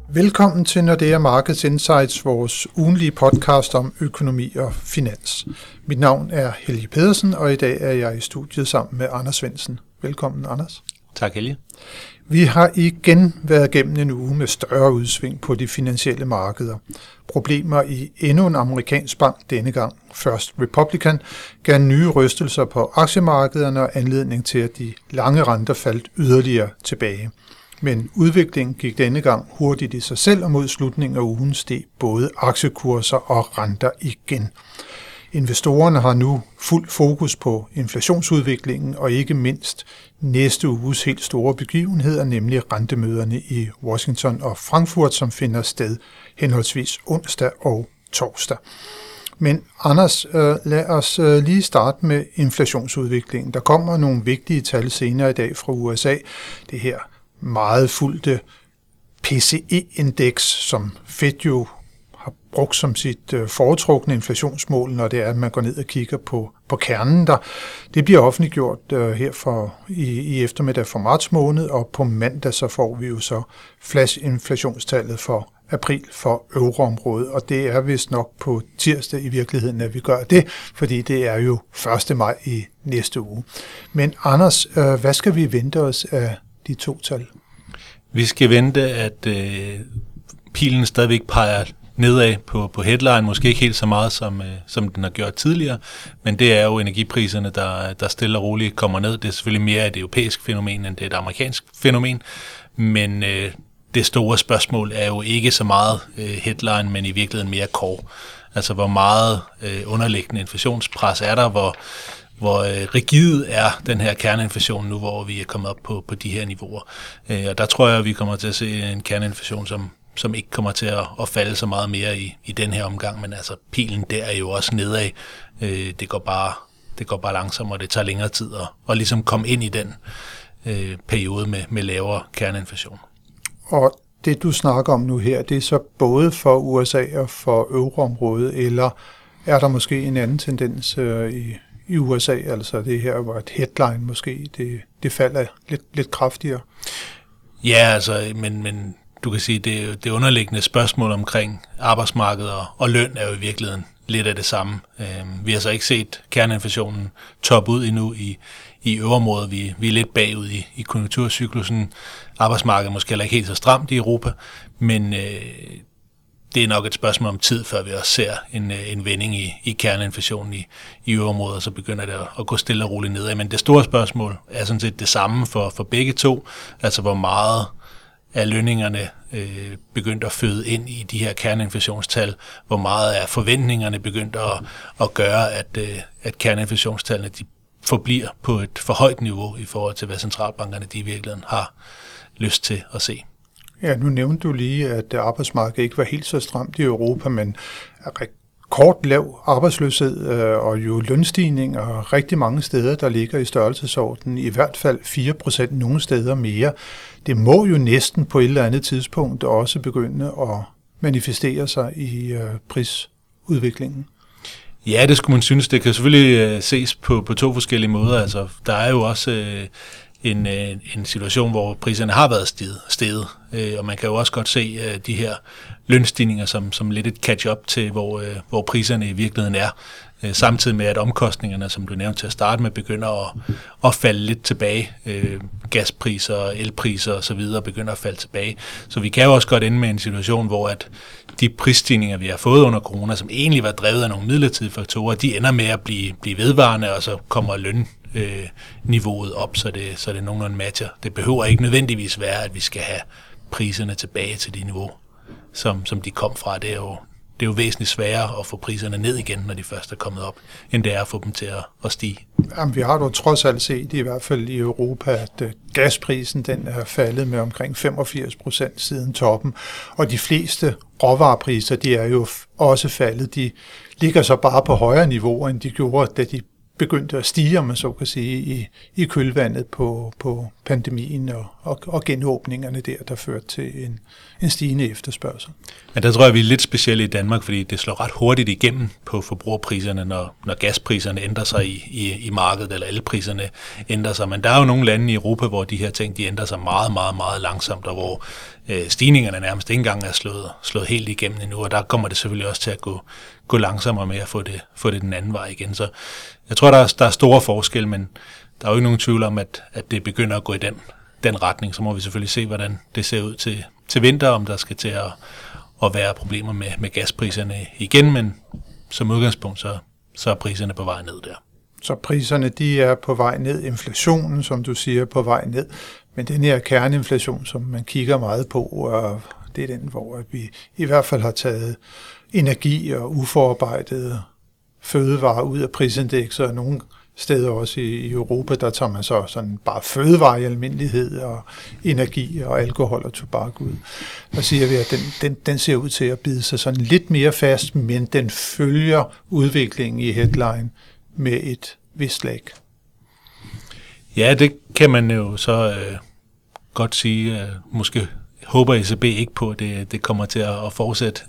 Velkommen til Nordea Markets Insights, vores ugenlige podcast om økonomi og finans. Mit navn er Helge Pedersen, og i dag er jeg i studiet sammen med Anders Svendsen. Velkommen, Anders. Tak, Helge. Vi har igen været gennem en uge med større udsving på de finansielle markeder. Problemer i endnu en amerikansk bank, denne gang First Republican, gav nye rystelser på aktiemarkederne og anledning til, at de lange renter faldt yderligere tilbage. Men udviklingen gik denne gang hurtigt i sig selv, og mod slutningen af ugen steg både aktiekurser og renter igen. Investorerne har nu fuld fokus på inflationsudviklingen og ikke mindst næste uges helt store begivenheder, nemlig rentemøderne i Washington og Frankfurt, som finder sted henholdsvis onsdag og torsdag. Men Anders, lad os lige starte med inflationsudviklingen. Der kommer nogle vigtige tal senere i dag fra USA. Det her meget fulgte PCE-indeks, som Fed jo har brugt som sit foretrukne inflationsmål, når det er, at man går ned og kigger på kernen der. Det bliver offentliggjort her i eftermiddag for marts måned, og på mandag så får vi jo så flash-inflationstallet for april for euroområdet, og det er vist nok på tirsdag i virkeligheden, at vi gør det, fordi det er jo 1. maj i næste uge. Men Anders, hvad skal vi vente os af de to tal? Vi skal vente, at pilen stadigvæk peger nedad på headline, måske ikke helt så meget, som den har gjort tidligere, men det er jo energipriserne, der stille og roligt kommer ned. Det er selvfølgelig mere et europæisk fænomen, end det er et amerikansk fænomen, men det store spørgsmål er jo ikke så meget headline, men i virkeligheden mere core. Altså, hvor meget underliggende inflationspres er der, hvor rigid er den her kerneinflation nu, hvor vi er kommet op på de her niveauer. Og der tror jeg, at vi kommer til at se en kerneinflation, som ikke kommer til at falde så meget mere i den her omgang, men altså pilen der er jo også nedad. Det går bare langsomt, og det tager længere tid at ligesom komme ind i den periode med lavere kerneinflation. Og det du snakker om nu her, det er så både for USA og for euroområdet, eller er der måske en anden tendens i USA, altså det her var et headline måske, det falder lidt kraftigere? Ja, altså, men du kan sige, det underliggende spørgsmål omkring arbejdsmarkedet og løn er jo i virkeligheden lidt af det samme. Vi har så ikke set kerneinflationen toppe ud endnu i øverområdet. Vi er lidt bagud i konjunkturcyklusen. Arbejdsmarkedet er måske heller ikke helt så stramt i Europa, men det er nok et spørgsmål om tid, før vi også ser en vending i kerneinflationen i øverområdet, og så begynder det at gå stille og roligt nedad. Men det store spørgsmål er sådan set det samme for begge to, altså hvor meget er lønningerne begyndt at føde ind i de her kerneinflationstal, hvor meget er forventningerne begyndt at gøre, at kerneinflationstallene de forbliver på et for højt niveau i forhold til, hvad centralbankerne de i virkeligheden har lyst til at se. Ja, nu nævnte du lige, at arbejdsmarkedet ikke var helt så stramt i Europa, men rekordlav arbejdsløshed og jo lønstigninger rigtig mange steder, der ligger i størrelsesordenen, i hvert fald 4%, nogle steder mere. Det må jo næsten på et eller andet tidspunkt også begynde at manifestere sig i prisudviklingen. Ja, det skulle man synes. Det kan selvfølgelig ses på to forskellige måder. Altså, der er jo også en situation, hvor priserne har været steget, og man kan jo også godt se de her lønstigninger som lidt et catch-up til, hvor priserne i virkeligheden er, samtidig med, at omkostningerne, som du nævnte til at starte med, begynder at falde lidt tilbage. Gaspriser, elpriser osv. begynder at falde tilbage. Så vi kan jo også godt ende med en situation, hvor at de prisstigninger, vi har fået under corona, som egentlig var drevet af nogle midlertidige faktorer, de ender med at blive vedvarende, og så kommer lønniveauet op, så det nogenlunde matcher. Det behøver ikke nødvendigvis være, at vi skal have priserne tilbage til det niveau, som de kom fra. Det er jo væsentligt sværere at få priserne ned igen, når de først er kommet op, end det er at få dem til at stige. Jamen, vi har jo trods alt set, i hvert fald i Europa, at gasprisen den er faldet med omkring 85% siden toppen, og de fleste råvarepriser, de er jo også faldet. De ligger så bare på højere niveauer, end de gjorde, da de begyndte at stige, om man så kan sige, i kølvandet på pandemien og genåbningerne der førte til en stigende efterspørgsel. Men der tror jeg, vi er lidt specielle i Danmark, fordi det slår ret hurtigt igennem på forbrugerpriserne, når gaspriserne ændrer sig i markedet, eller elpriserne ændrer sig. Men der er jo nogle lande i Europa, hvor de her ting de ændrer sig meget, meget, meget langsomt, og hvor stigningerne nærmest ikke engang er slået helt igennem endnu, og der kommer det selvfølgelig også til at gå langsommere med at få det den anden vej igen. Så jeg tror, der er store forskelle, men der er jo ikke nogen tvivl om, at det begynder at gå i den retning. Så må vi selvfølgelig se, hvordan det ser ud til vinter, om der skal til at være problemer med gaspriserne igen, men som udgangspunkt, så er priserne på vej ned der. Så priserne, de er på vej ned. Inflationen, som du siger, er på vej ned. Men den her kerneinflation, som man kigger meget på, det er den, hvor vi i hvert fald har taget energi og uforarbejdede fødevarer ud af prisindekser, og nogle steder også i Europa, der tager man så sådan bare fødevarer i almindelighed og energi og alkohol og tobak ud. Der siger vi, at den ser ud til at bide sig sådan lidt mere fast, men den følger udviklingen i headline med et vist lag. Ja, det kan man jo så godt sige. Måske håber ECB ikke på, at det kommer til at fortsætte.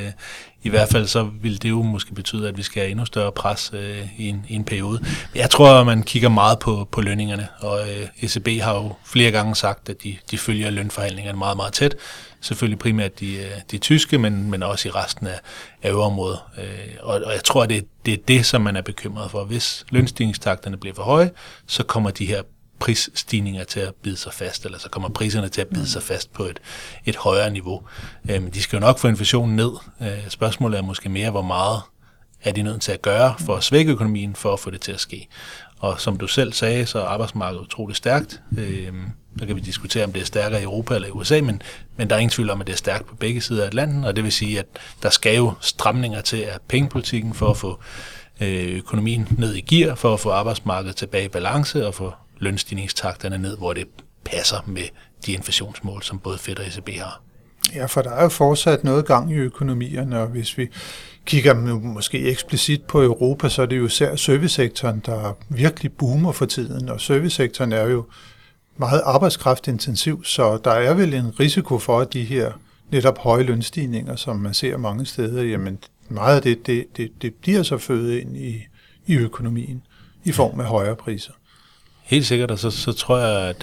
I hvert fald så vil det jo måske betyde, at vi skal have endnu større pres i en periode. Men jeg tror, at man kigger meget på lønningerne, og ECB har jo flere gange sagt, at de følger lønforhandlingerne meget, meget tæt. Selvfølgelig primært de tyske, men også i resten af euroområdet. Og jeg tror, at det er det, som man er bekymret for. Hvis lønstigningstakterne bliver for høje, så kommer de her prisstigninger til at bide sig fast, eller så kommer priserne til at bide sig fast på et højere niveau. Men de skal jo nok få inflationen ned. Spørgsmålet er måske mere, hvor meget er de nødt til at gøre for at svække økonomien, for at få det til at ske. Og som du selv sagde, så er arbejdsmarkedet utroligt stærkt. Der kan vi diskutere, om det er stærkere i Europa eller i USA, men der er ingen tvivl om, at det er stærkt på begge sider af Atlanten, og det vil sige, at der skal jo stramninger til af pengepolitikken for at få økonomien ned i gear, for at få arbejdsmarkedet tilbage i balance og få lønstigningstakterne ned, hvor det passer med de inflationsmål, som både Fed og ECB har. Ja, for der er jo fortsat noget gang i økonomierne, og hvis vi kigger måske eksplicit på Europa, så er det jo især servicesektoren, der virkelig boomer for tiden, og servicesektoren er jo meget arbejdskraftintensiv, så der er vel en risiko for, at de her netop høje lønstigninger, som man ser mange steder, jamen meget af det bliver så født ind i økonomien i form af højere priser. Helt sikkert, og så tror jeg,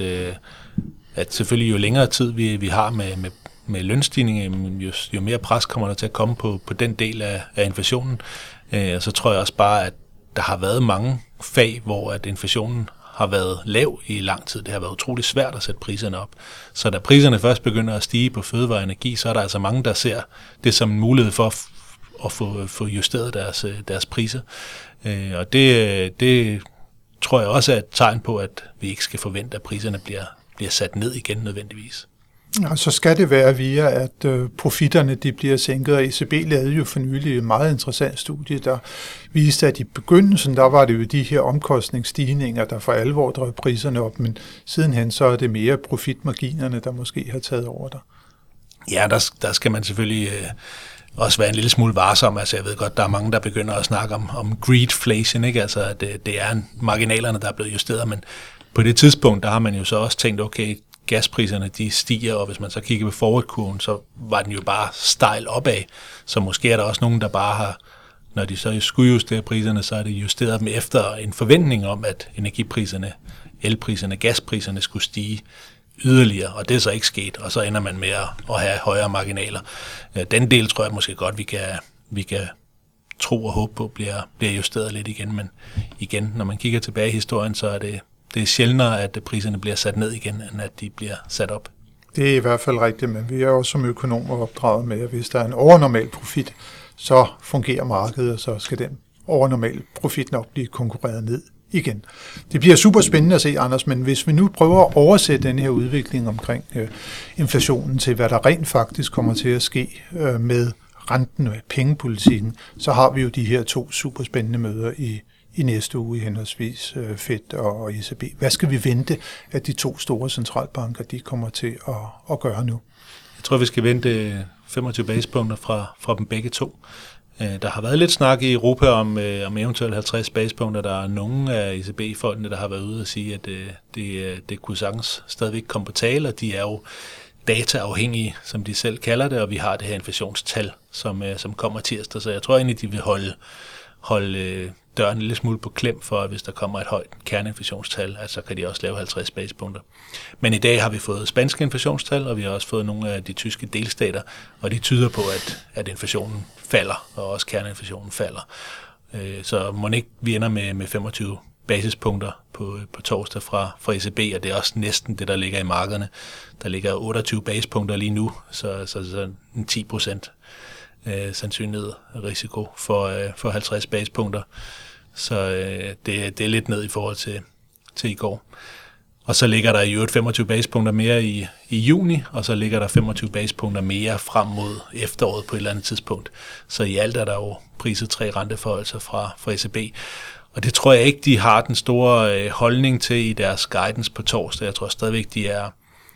at selvfølgelig jo længere tid vi har med lønstigninger, jo mere pres kommer der til at komme på den del af inflationen. Og så tror jeg også bare, at der har været mange fag, hvor at inflationen har været lav i lang tid. Det har været utrolig svært at sætte priserne op. Så da priserne først begynder at stige på fødevare og energi, så er der altså mange, der ser det som en mulighed for at få justeret deres priser. Og det tror jeg også er et tegn på, at vi ikke skal forvente, at priserne bliver sat ned igen nødvendigvis. Ja, så skal det være via, at profitterne de bliver sænket, og ECB lavede jo for nylig et meget interessant studie, der viste, at i begyndelsen, der var det jo de her omkostningsstigninger, der for alvor drev priserne op, men sidenhen så er det mere profitmarginerne, der måske har taget over der. Ja, der skal man selvfølgelig også være en lille smule varsom. Altså jeg ved godt, der er mange, der begynder at snakke om greedflation, ikke? Altså at det er marginalerne, der er blevet justeret, men på det tidspunkt, der har man jo så også tænkt, okay, gaspriserne de stiger, og hvis man så kigger på forward-kurven, så var den jo bare stejl opad. Så måske er der også nogen, der bare har, når de så skulle justere priserne, så er det justeret dem efter en forventning om, at energipriserne, elpriserne, gaspriserne skulle stige yderligere, og det er så ikke sket, og så ender man med at have højere marginaler. Den del tror jeg måske godt, vi kan tro og håbe på, bliver justeret lidt igen, men igen, når man kigger tilbage i historien, så er det er sjældnere, at priserne bliver sat ned igen, end at de bliver sat op. Det er i hvert fald rigtigt, men vi er også som økonomer opdraget med, at hvis der er en overnormal profit, så fungerer markedet, og så skal den overnormal profit nok blive konkurreret ned igen. Det bliver super spændende at se, Anders, men hvis vi nu prøver at oversætte den her udvikling omkring inflationen til, hvad der rent faktisk kommer til at ske med renten og pengepolitikken, så har vi jo de her 2 super spændende møder i næste uge i henholdsvis Fed og ECB. Hvad skal vi vente, at de 2 store centralbanker de kommer til at gøre nu? Jeg tror, vi skal vente 25 basispunkter fra dem begge to. Der har været lidt snak i Europa om eventuelt 50 basepunkter. Der er nogle af ECB-folkene, der har været ude og sige, at det kunne sagtens stadigvæk komme på tale, og de er jo dataafhængige, som de selv kalder det, og vi har det her inflationstal, som kommer tirsdag, så jeg tror egentlig, de vil holde døren en lille smule på klem for, at hvis der kommer et højt kerneinflationstal, så kan de også lave 50 basepunkter. Men i dag har vi fået spanske inflationstal, og vi har også fået nogle af de tyske delstater, og de tyder på, at inflationen falder, og også kerneinflationen falder. Så må ikke vi ender med 25 basispunkter på torsdag fra ECB, og det er også næsten det, der ligger i markederne. Der ligger 28 basispunkter lige nu, så en 10% sandsynlighed risiko for 50 basispunkter. Så det er lidt ned i forhold til i går. Og så ligger der i øvrigt 25 basispunkter mere i juni, og så ligger der 25 basispunkter mere frem mod efteråret på et eller andet tidspunkt. Så i alt er der jo priset 3 renteforholdelser fra ECB. Og det tror jeg ikke, de har den store holdning til i deres guidance på torsdag. Jeg tror stadigvæk, de er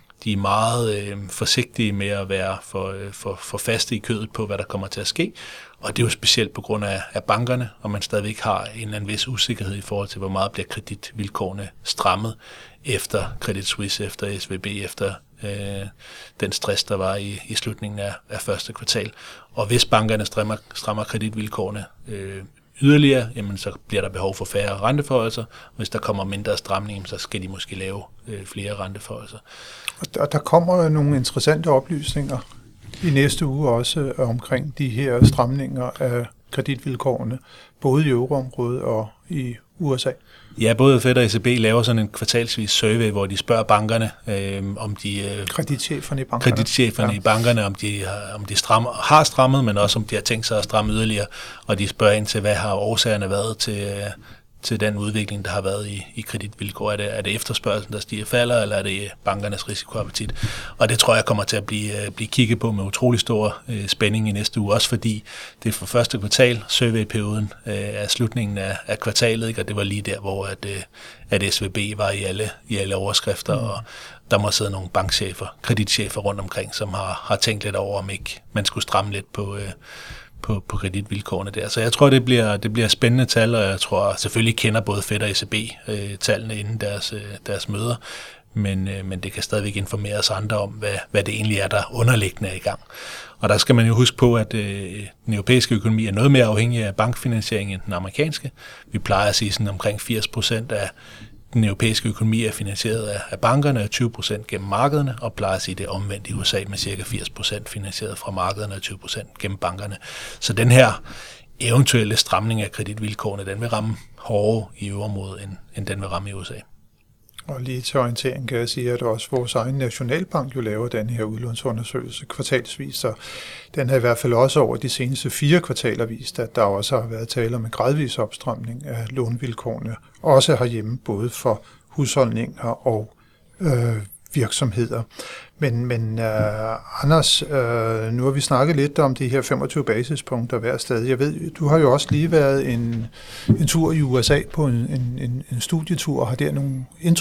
meget forsigtige med at være for faste i kødet på, hvad der kommer til at ske. Og det er jo specielt på grund af bankerne, og man stadigvæk har en eller anden vis usikkerhed i forhold til, hvor meget bliver kreditvilkårene strammet efter Credit Suisse, efter SVB, efter den stress, der var i slutningen af første kvartal. Og hvis bankerne strammer kreditvilkårene yderligere, jamen så bliver der behov for færre renteforholdelser. Hvis der kommer mindre stramning, så skal de måske lave flere renteforholdelser. Og der kommer nogle interessante oplysninger i næste uge også omkring de her stramninger af kreditvilkårene, både i euroområdet og i USA. Ja, både Fed og ECB laver sådan en kvartalsvis survey, hvor de spørger bankerne, om de kreditcheferne i bankerne, om de har strammet, men også om de har tænkt sig at stramme yderligere, og de spørger ind til, hvad har årsagerne været til den udvikling, der har været i kreditvilkår. Er det efterspørgselen, der stiger falder, eller er det bankernes risikoappetit? Og det tror jeg kommer til at blive kigget på med utrolig stor spænding i næste uge, også fordi det er for første kvartal, surveyperioden af slutningen af kvartalet, ikke? Og det var lige der, hvor at SVB var i alle overskrifter, og der må sidde nogle bankchefer, kreditchefer rundt omkring, som har tænkt lidt over, om ikke man skulle stramme lidt på kreditvilkårene der. Så jeg tror, det bliver spændende tal, og jeg tror selvfølgelig kender både Fed og ECB tallene inden deres møder, men det kan stadigvæk informere os andre om, hvad det egentlig er, der underliggende er i gang. Og der skal man jo huske på, at den europæiske økonomi er noget mere afhængig af bankfinansiering end den amerikanske. Vi plejer at sige sådan omkring 80% af den europæiske økonomi er finansieret af bankerne, og 20% gennem markederne, og plejer at sige det omvendt i USA med cirka 80% finansieret fra markederne og 20% gennem bankerne. Så den her eventuelle stramning af kreditvilkårene, den vil ramme hårdere i euroområdet, end den vil ramme i USA. Og lige til orientering kan jeg sige, at også vores egen nationalbank jo laver den her udlånsundersøgelse kvartalsvis, så den har i hvert fald også over de seneste 4 kvartaler vist, at der også har været tale om en gradvis opstramning af lånvilkårene, også herhjemme, både for husholdninger og virksomheder. Men Anders, nu har vi snakket lidt om de her 25 basispunkter hver sted. Jeg ved, du har jo også lige været en tur i USA på en studietur, og har der nogle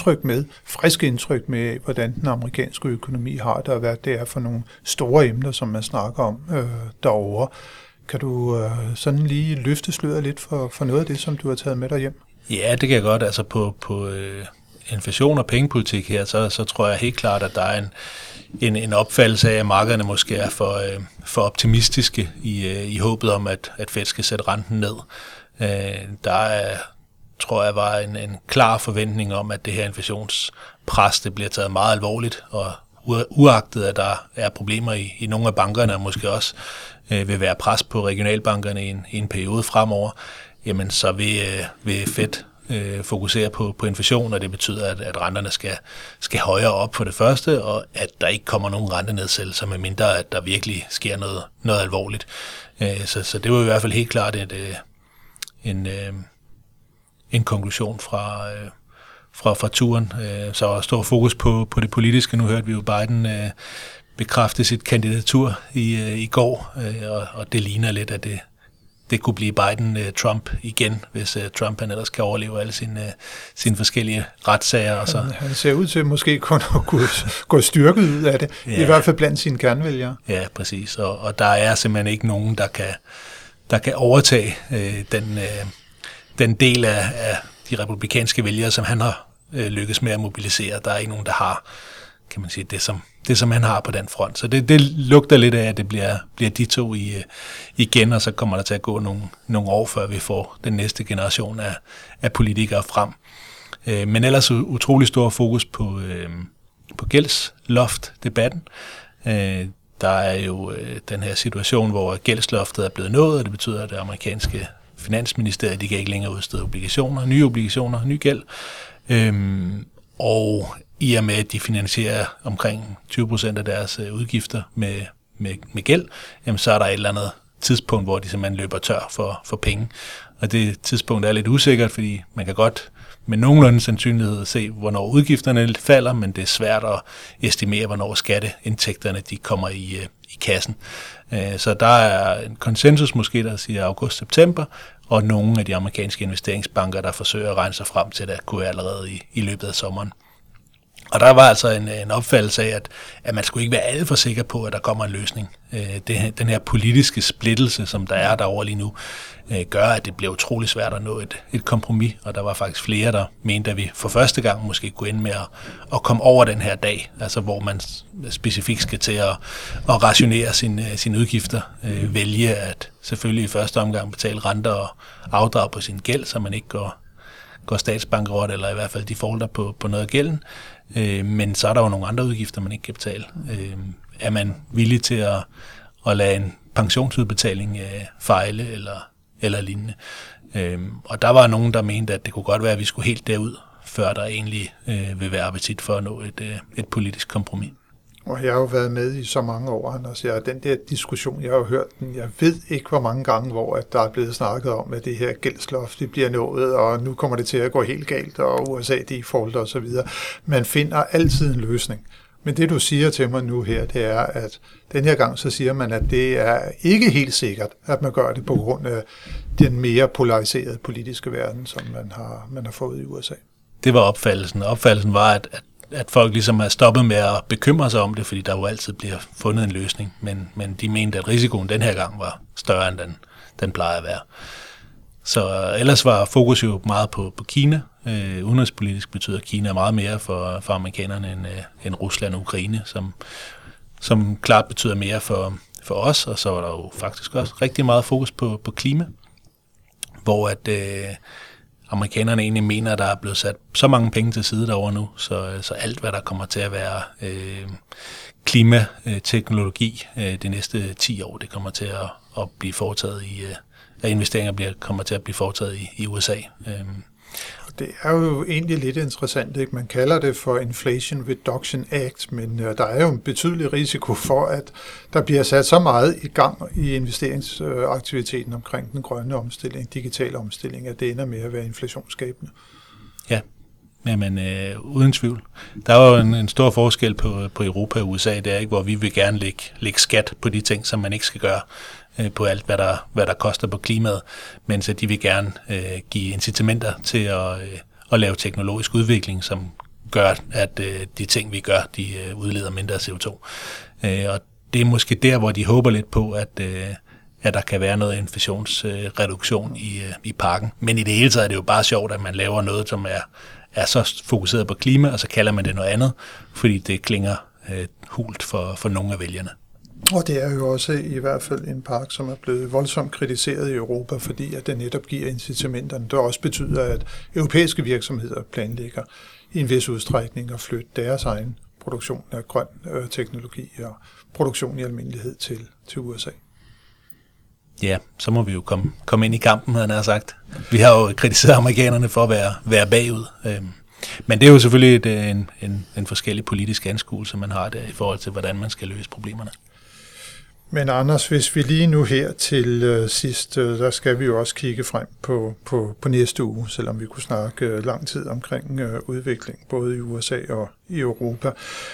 friske indtryk med, hvordan den amerikanske økonomi har det, og hvad det er for nogle store emner, som man snakker om derovre. Kan du sådan lige løfte sløret lidt for noget af det, som du har taget med dig hjem? Ja, det kan jeg godt. Altså på inflation og pengepolitik her, så tror jeg helt klart, at der er en opfattelse af, at markederne måske er for optimistiske i håbet om, at Fed skal sætte renten ned. Tror jeg, var en klar forventning om, at det her inflationspres, det bliver taget meget alvorligt, og uagtet, at der er problemer i nogle af bankerne, og måske også vil være pres på regionalbankerne i en periode fremover, jamen så vil Fed fokusere på inflation, og det betyder, at renterne skal højere op for det første, og at der ikke kommer nogen rentenedsættelser, med mindre at der virkelig sker noget alvorligt. Så det var i hvert fald helt klart en konklusion fra turen. Så stor fokus på det politiske. Nu hørte vi jo Biden bekræfte sit kandidatur i går, og det ligner lidt, at det kunne blive Biden-Trump igen, hvis Trump han ellers kan overleve alle sine forskellige retssager. Og så. Han ser ud til måske kun at kunne gå styrket ud af det, ja. I hvert fald blandt sine kernevælgere. Ja, præcis. Og der er simpelthen ikke nogen, der kan overtage den del af de republikanske vælgere, som han har lykkes med at mobilisere. Der er ikke nogen, der har, kan man sige, det som han har på den front. Så det lugter lidt af, at det bliver de to igen, og så kommer der til at gå nogle år, før vi får den næste generation af politikere frem. Men ellers utrolig stor fokus på gældsloft-debatten. Der er jo den her situation, hvor gældsloftet er blevet nået, og det betyder, at det amerikanske finansministeriet, de kan ikke længere udstede obligationer, ny gæld. Og i og med, at de finansierer omkring 20% af deres udgifter med gæld, jamen, så er der et eller andet tidspunkt, hvor de simpelthen løber tør for penge. Og det tidspunkt er lidt usikkert, fordi man kan godt med nogenlunde sandsynlighed se, hvornår udgifterne falder, men det er svært at estimere, hvornår skatteindtægterne de kommer i kassen. Så der er en konsensus måske, der siger august-september, og nogle af de amerikanske investeringsbanker, der forsøger at regne sig frem til, at kunne være allerede i løbet af sommeren. Og der var altså en opfattelse af, at man skulle ikke være alt for sikker på, at der kommer en løsning. Den her politiske splittelse, som der er derovre lige nu, gør, at det bliver utrolig svært at nå et kompromis. Og der var faktisk flere, der mente, at vi for første gang måske kunne ende med at komme over den her dag, altså hvor man specifikt skal til at rationere sine udgifter. Vælge at selvfølgelig i første omgang betale renter og afdrag på sin gæld, så man ikke går statsbankerot, eller i hvert fald defaulter på noget af gælden. Men så er der jo nogle andre udgifter, man ikke kan betale. Er man villig til at lade en pensionsudbetaling fejle eller lignende? Og der var nogen, der mente, at det kunne godt være, at vi skulle helt derud, før der egentlig vil være appetit for at nå et politisk kompromis. Og jeg har jo været med i så mange år, Anders. Den der diskussion, jeg har jo hørt den. Jeg ved ikke, hvor mange gange, hvor at der er blevet snakket om, at det her gældsloft det bliver nået, og nu kommer det til at gå helt galt, og USA defaulter og så videre. Man finder altid en løsning. Men det, du siger til mig nu her, det er, at den her gang, så siger man, at det er ikke helt sikkert, at man gør det på grund af den mere polariserede politiske verden, som man har fået i USA. Det var opfattelsen. Opfattelsen var, at folk ligesom er stoppet med at bekymre sig om det, fordi der jo altid bliver fundet en løsning. Men de mente, at risikoen den her gang var større, end den plejer at være. Så ellers var fokus jo meget på Kina. Udenrigspolitisk betyder Kina meget mere for amerikanerne end Rusland og Ukraine, som klart betyder mere for os. Og så var der jo faktisk også rigtig meget fokus på klima, hvor at amerikanerne egentlig mener, at der er blevet sat så mange penge til side derovre nu, så alt, hvad der kommer til at være klimateknologi de næste 10 år, det kommer til at blive foretaget investeringer kommer til at blive foretaget i USA. Det er jo egentlig lidt interessant, ikke? Man kalder det for Inflation Reduction Act, men der er jo en betydelig risiko for, at der bliver sat så meget i gang i investeringsaktiviteten omkring den grønne omstilling, digitale omstilling, at det ender med at være inflationsskabende. Ja, men uden tvivl. Der er jo en stor forskel på Europa og USA, det er ikke, hvor vi vil gerne lægge skat på de ting, som man ikke skal gøre, på alt, hvad der koster på klimaet, mens de vil gerne give incitamenter til at lave teknologisk udvikling, som gør, at de ting, vi gør, de udleder mindre CO2. Og det er måske der, hvor de håber lidt på, at der kan være noget inflationsreduktion i pakken. Men i det hele taget er det jo bare sjovt, at man laver noget, som er så fokuseret på klima, og så kalder man det noget andet, fordi det klinger hult for nogle af vælgerne. Og det er jo også i hvert fald en pakke, som er blevet voldsomt kritiseret i Europa, fordi at det netop giver incitamenterne. Det også betyder, at europæiske virksomheder planlægger i en vis udstrækning at flytte deres egen produktion af grøn teknologi og produktion i almindelighed til USA. Ja, så må vi jo komme ind i kampen, havde jeg sagt. Vi har jo kritiseret amerikanerne for at være bagud. Men det er jo selvfølgelig en forskellig politisk anskuelse, man har der i forhold til, hvordan man skal løse problemerne. Men Anders, hvis vi lige nu her til sidst, der skal vi jo også kigge frem på næste uge, selvom vi kunne snakke lang tid omkring udvikling, både i USA og i Europa.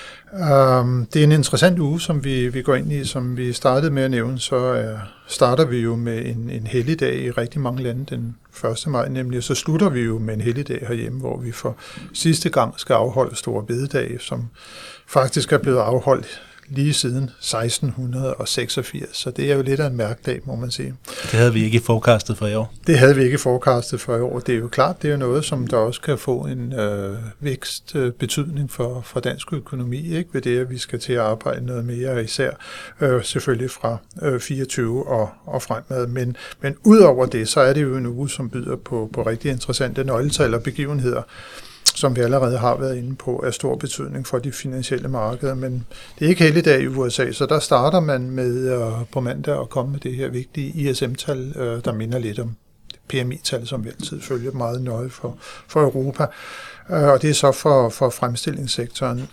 Det er en interessant uge, som vi går ind i, som vi startede med at nævne, så starter vi jo med en helligdag i rigtig mange lande den 1. maj, nemlig så slutter vi jo med en helligdag herhjemme, hvor vi for sidste gang skal afholde Store Bededag, som faktisk er blevet afholdt lige siden 1686, så det er jo lidt af en mærkedag, må man sige. Det havde vi ikke forecastet for i år. Det havde vi ikke forecastet for i år. Det er jo klart, det er jo noget, som der også kan få en vækstbetydning for dansk økonomi, ikke? Ved det, at vi skal til at arbejde noget mere, især selvfølgelig fra 24 og fremad. Men ud over det, så er det jo en uge, som byder på rigtig interessante nøgletal og begivenheder, som vi allerede har været inde på, er stor betydning for de finansielle markeder. Men det er ikke helligdag i USA, så der starter man med på mandag at komme med det her vigtige ISM-tal, der minder lidt om PMI-tal, som vi altid følger meget nøje for Europa. Og det er så for fremstillingssektoren.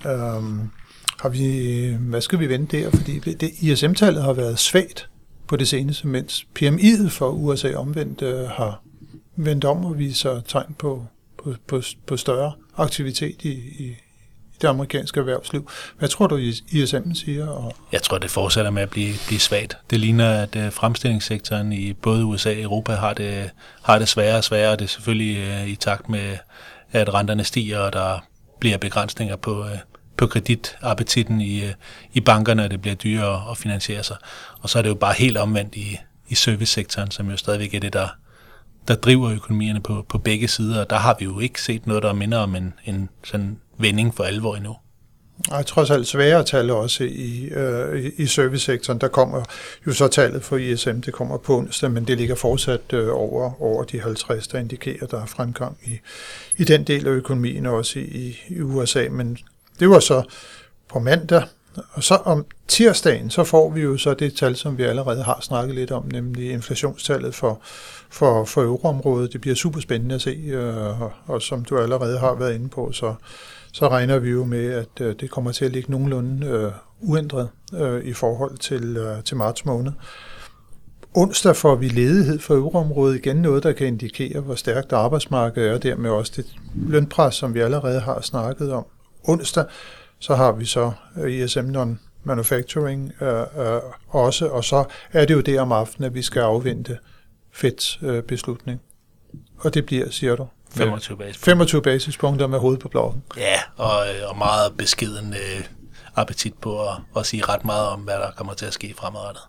Hvad skal vi vente der? Fordi ISM-tallet har været svagt på det seneste, mens PMI'et for USA omvendt har vendt om og viser tegn på større aktivitet i det amerikanske erhvervsliv. Hvad tror du, ISM siger? Jeg tror, det fortsætter med at blive svagt. Det ligner, at fremstillingssektoren i både USA og Europa har det sværere og sværere. Det er selvfølgelig i takt med, at renterne stiger, og der bliver begrænsninger på kreditappetitten i bankerne, og det bliver dyrere at finansiere sig. Og så er det jo bare helt omvendt i servicesektoren, som jo stadigvæk er det, der driver økonomierne på begge sider, og der har vi jo ikke set noget, der minder om en sådan vending for alvor endnu. Og trods alt svære tal også i servicesektoren. Der kommer jo så tallet for ISM, det kommer på onsdag, men det ligger fortsat over de 50, der indikerer, der er fremgang i den del af økonomien, også i USA. Men det var så på mandag, og så om tirsdagen, så får vi jo så det tal, som vi allerede har snakket lidt om, nemlig inflationstallet for euroområdet. Det bliver super spændende at se, og som du allerede har været inde på, så regner vi jo med, at det kommer til at ligge nogenlunde uændret i forhold til marts måned. Onsdag får vi ledighed for euroområdet, igen noget, der kan indikere, hvor stærkt arbejdsmarkedet er, og dermed også det lønpres, som vi allerede har snakket om. Onsdag, så har vi så ISM non-manufacturing også, og så er det jo der om aftenen, at vi skal afvente Feds beslutning. Og det bliver, siger du? 25 basispunkter med hovedet på blokken. Ja, og meget beskeden appetit på at sige ret meget om, hvad der kommer til at ske fremadrettet.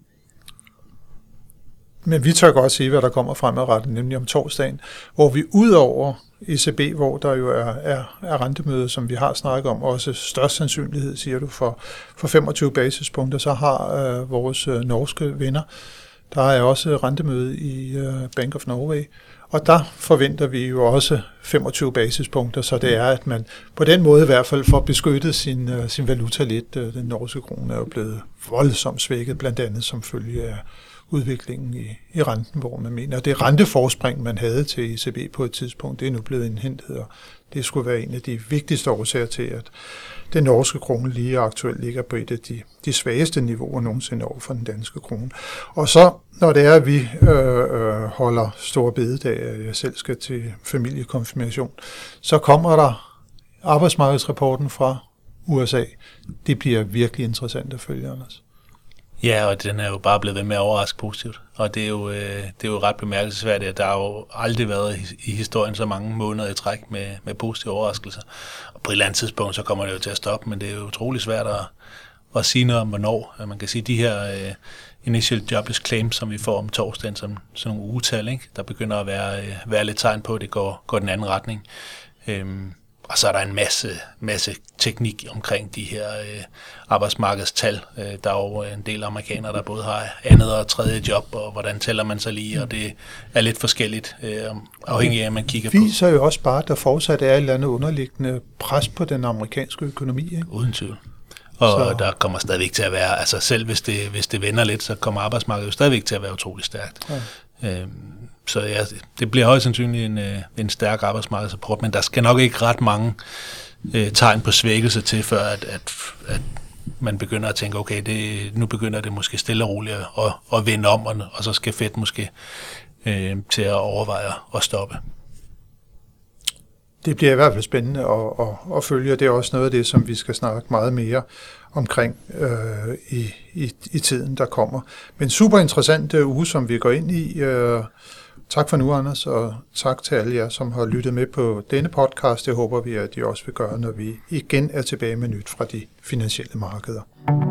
Men vi tør godt sige, hvad der kommer fremadrettet, nemlig om torsdagen, hvor vi udover ECB, hvor der jo er rentemøder, som vi har snakket om, også størst sandsynlighed, siger du, for 25 basispunkter, så har vores norske venner, der er også rentemøde i Bank of Norway, og der forventer vi jo også 25 basispunkter, så det er, at man på den måde i hvert fald får beskyttet sin valuta lidt. Den norske krone er jo blevet voldsomt svækket, blandt andet som følge af udviklingen i renten, hvor man mener, at det renteforspring, man havde til ECB på et tidspunkt, det er nu blevet indhentet, og det skulle være en af de vigtigste årsager til, at den norske krone lige aktuelt ligger på et af de svageste niveauer nogensinde over for den danske krone. Og så, når det er, at vi holder store bededag, at jeg selv skal til familiekonfirmation, så kommer der arbejdsmarkedsrapporten fra USA. Det bliver virkelig interessant at følge, Anders. Ja, og den er jo bare blevet ved med at overraske positivt. Og det er jo ret bemærkelsesværdigt, at der har jo aldrig været i historien så mange måneder i træk med positive overraskelser. Og på et eller andet tidspunkt, så kommer det jo til at stoppe, men det er jo utrolig svært at sige noget om, hvornår. Man kan sige, de her initial jobless claims, som vi får om torsdagen, som sådan nogle ugetal, ikke? Der begynder at være lidt tegn på, at det går den anden retning. Og så er der en masse teknik omkring de her arbejdsmarkedstal. Der er jo en del amerikanere, der både har andet og tredje job, og hvordan tæller man sig lige, og det er lidt forskelligt, afhængig af, at man kigger på. Det viser jo også bare, at der fortsat er et eller andet underliggende pres på den amerikanske økonomi, ikke? Uden tvivl. Og der kommer stadigvæk til at være, altså selv hvis det vender lidt, så kommer arbejdsmarkedet jo stadigvæk til at være utrolig stærkt. Ja. Så ja, det bliver højst sandsynligt en stærk arbejdsmarkedsrapport, men der skal nok ikke ret mange tegn på svækkelse til, før at man begynder at tænke, okay, nu begynder det måske stille og roligt at vende om, og så skal Fed måske til at overveje at stoppe. Det bliver i hvert fald spændende at følge, og det er også noget af det, som vi skal snakke meget mere omkring i tiden, der kommer. Men super interessant uge, som vi går ind i. Tak for nu, Anders, og tak til alle jer, som har lyttet med på denne podcast. Det håber vi, at I også vil gøre, når vi igen er tilbage med nyt fra de finansielle markeder.